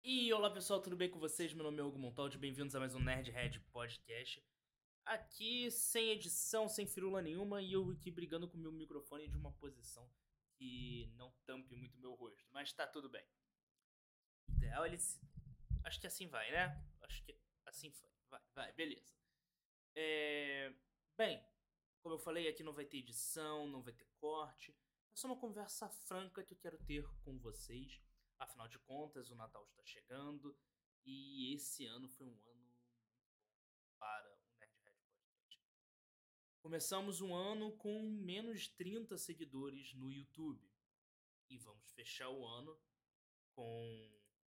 E olá pessoal, tudo bem com vocês? Meu nome é Hugo Montaldi, bem-vindos a mais um Nerdhead Podcast. Aqui sem edição, sem firula nenhuma e eu aqui brigando com o meu microfone de uma posição que não tampe muito meu rosto, mas tá tudo bem. Ideal acho que assim vai, né? Acho que assim foi. Vai, beleza. É... Bem, como eu falei, aqui não vai ter edição, não vai ter corte. É só uma conversa franca que eu quero ter com vocês. Afinal de contas, o Natal está chegando e esse ano foi um ano para o Nerdhead Podcast. Começamos um ano com menos de 30 seguidores no YouTube e vamos fechar o ano com.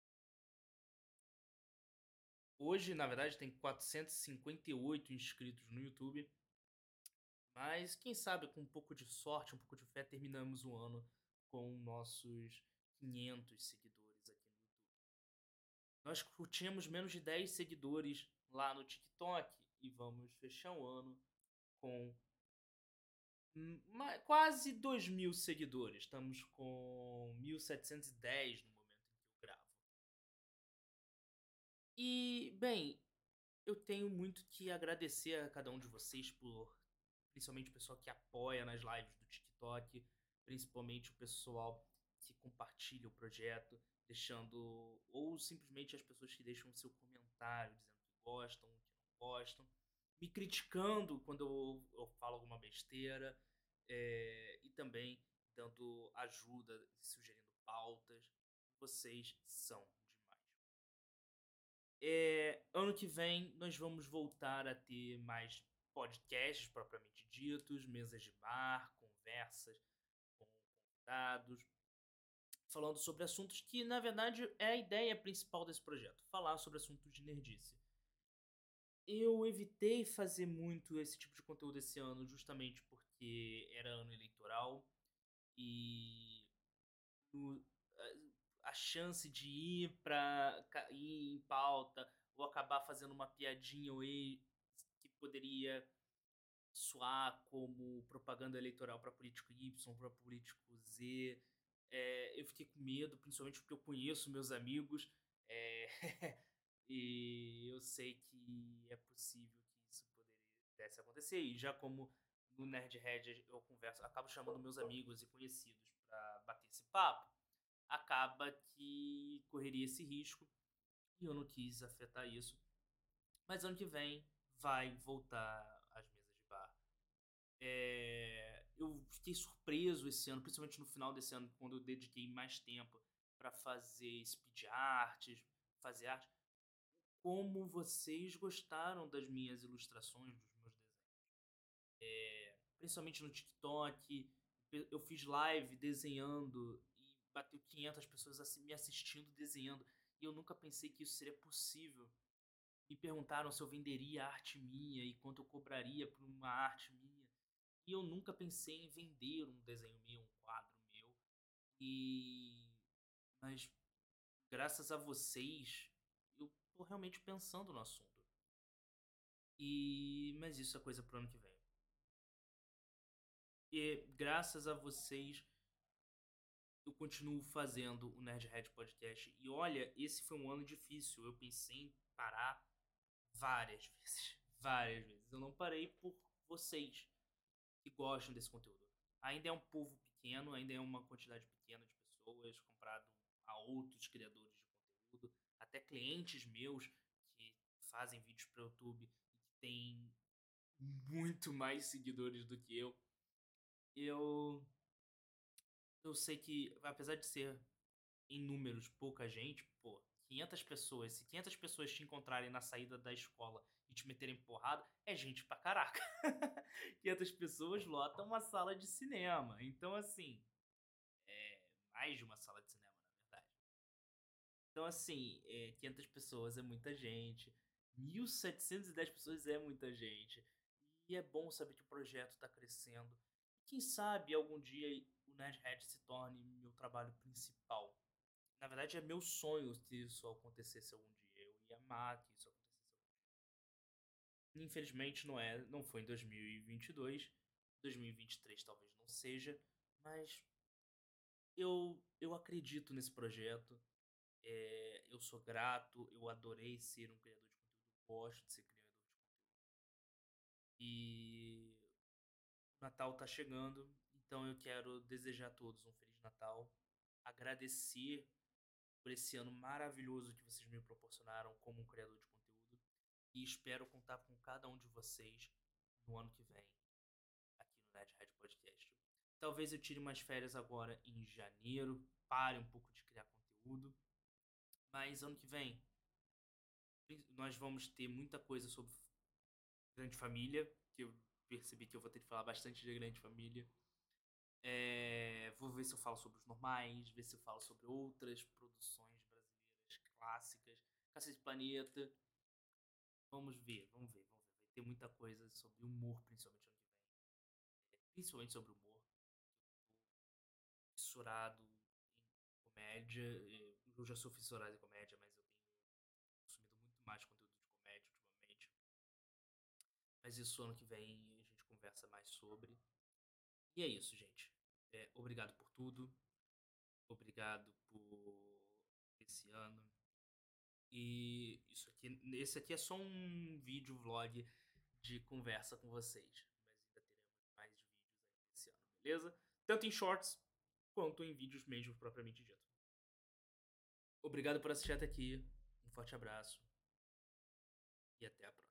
Hoje, na verdade, tem 458 inscritos no YouTube. Mas quem sabe com um pouco de sorte, um pouco de fé, terminamos o ano com nossos 500 seguidores aqui no YouTube. Nós tínhamos menos de 10 seguidores lá no TikTok e vamos fechar o ano com quase 2.000 seguidores. Estamos com 1.710 no momento em que eu gravo. E, bem, eu tenho muito que agradecer a cada um de vocês por, principalmente o pessoal que apoia nas lives do TikTok, principalmente o pessoal que compartilha o projeto, deixando, ou simplesmente as pessoas que deixam o seu comentário dizendo que gostam, que não gostam, me criticando quando eu falo alguma besteira, e também dando ajuda, sugerindo pautas. Vocês são demais. Ano que vem nós vamos voltar a ter mais podcasts propriamente ditos, mesas de bar, conversas com convidados, falando sobre assuntos que, na verdade, é a ideia principal desse projeto, falar sobre assuntos de nerdice. Eu evitei fazer muito esse tipo de conteúdo esse ano justamente porque era ano eleitoral e no- a chance de ir em pauta ou acabar fazendo uma piadinha que poderia soar como propaganda eleitoral para político Y, para político Z. Eu fiquei com medo, principalmente porque eu conheço meus amigos, é, e eu sei que é possível que isso pudesse acontecer. E já como no Nerdhead eu converso, acabo chamando meus amigos e conhecidos para bater esse papo, acaba que correria esse risco e eu não quis afetar isso. Mas ano que vem vai voltar às mesas de bar. Eu fiquei surpreso esse ano, principalmente no final desse ano, quando eu dediquei mais tempo para fazer speed arts, fazer arte, como vocês gostaram das minhas ilustrações, dos meus desenhos. Principalmente no TikTok, eu fiz live desenhando e bateu 500 pessoas me assistindo desenhando. E eu nunca pensei que isso seria possível. Me perguntaram se eu venderia arte minha e quanto eu cobraria por uma arte minha. E eu nunca pensei em vender um desenho meu, um quadro meu. E mas graças a vocês, eu tô realmente pensando no assunto. Mas isso é coisa pro ano que vem. E graças a vocês, eu continuo fazendo o Nerdhead Podcast. E olha, esse foi um ano difícil. Eu pensei em parar várias vezes. Várias vezes. Eu não parei por vocês que gostam desse conteúdo. Ainda é um povo pequeno, ainda é uma quantidade pequena de pessoas comparado a outros criadores de conteúdo, até clientes meus que fazem vídeos para o YouTube e que têm muito mais seguidores do que eu. Eu eu sei que apesar de ser em números pouca gente, pô, 500 pessoas, se 500 pessoas te encontrarem na saída da escola e te meterem porrada, é gente pra caraca. 500 pessoas lotam uma sala de cinema. Então, assim, mais de uma sala de cinema, na verdade. Então, assim, 500 pessoas é muita gente. 1.710 pessoas é muita gente. E é bom saber que o projeto está crescendo. E quem sabe algum dia o Nerdhead se torne meu trabalho principal. Na verdade, é meu sonho que isso acontecesse algum dia. Eu ia amar que isso acontecesse algum dia. Infelizmente, não foi em 2022. 2023 talvez não seja. Mas eu acredito nesse projeto. Eu sou grato, eu adorei ser um criador de conteúdo, gosto de ser criador de conteúdo. E o Natal tá chegando, então eu quero desejar a todos um Feliz Natal, agradecer por esse ano maravilhoso que vocês me proporcionaram como um criador de conteúdo e espero contar com cada um de vocês no ano que vem aqui no Nerdhead Podcast. Talvez eu tire umas férias agora em janeiro, pare um pouco de criar conteúdo, mas ano que vem nós vamos ter muita coisa sobre Grande Família, que eu percebi que eu vou ter que falar bastante de Grande Família. Vou ver se eu falo sobre os normais, ver se eu falo sobre outras produções brasileiras clássicas. Cacete Planeta. Vamos ver, vamos ver, vamos ver. Vai ter muita coisa sobre humor, principalmente ano que vem. Principalmente sobre humor. Fissurado em comédia. Eu já sou fissurado em comédia, mas eu tenho consumido muito mais conteúdo de comédia ultimamente. Mas isso ano que vem a gente conversa mais sobre. E é isso, gente. Obrigado por tudo. Obrigado por esse ano. E esse aqui é só um vídeo vlog de conversa com vocês. Mas ainda teremos mais vídeos aí esse ano, beleza? Tanto em shorts quanto em vídeos mesmo propriamente dito. Obrigado por assistir até aqui. Um forte abraço e até a próxima.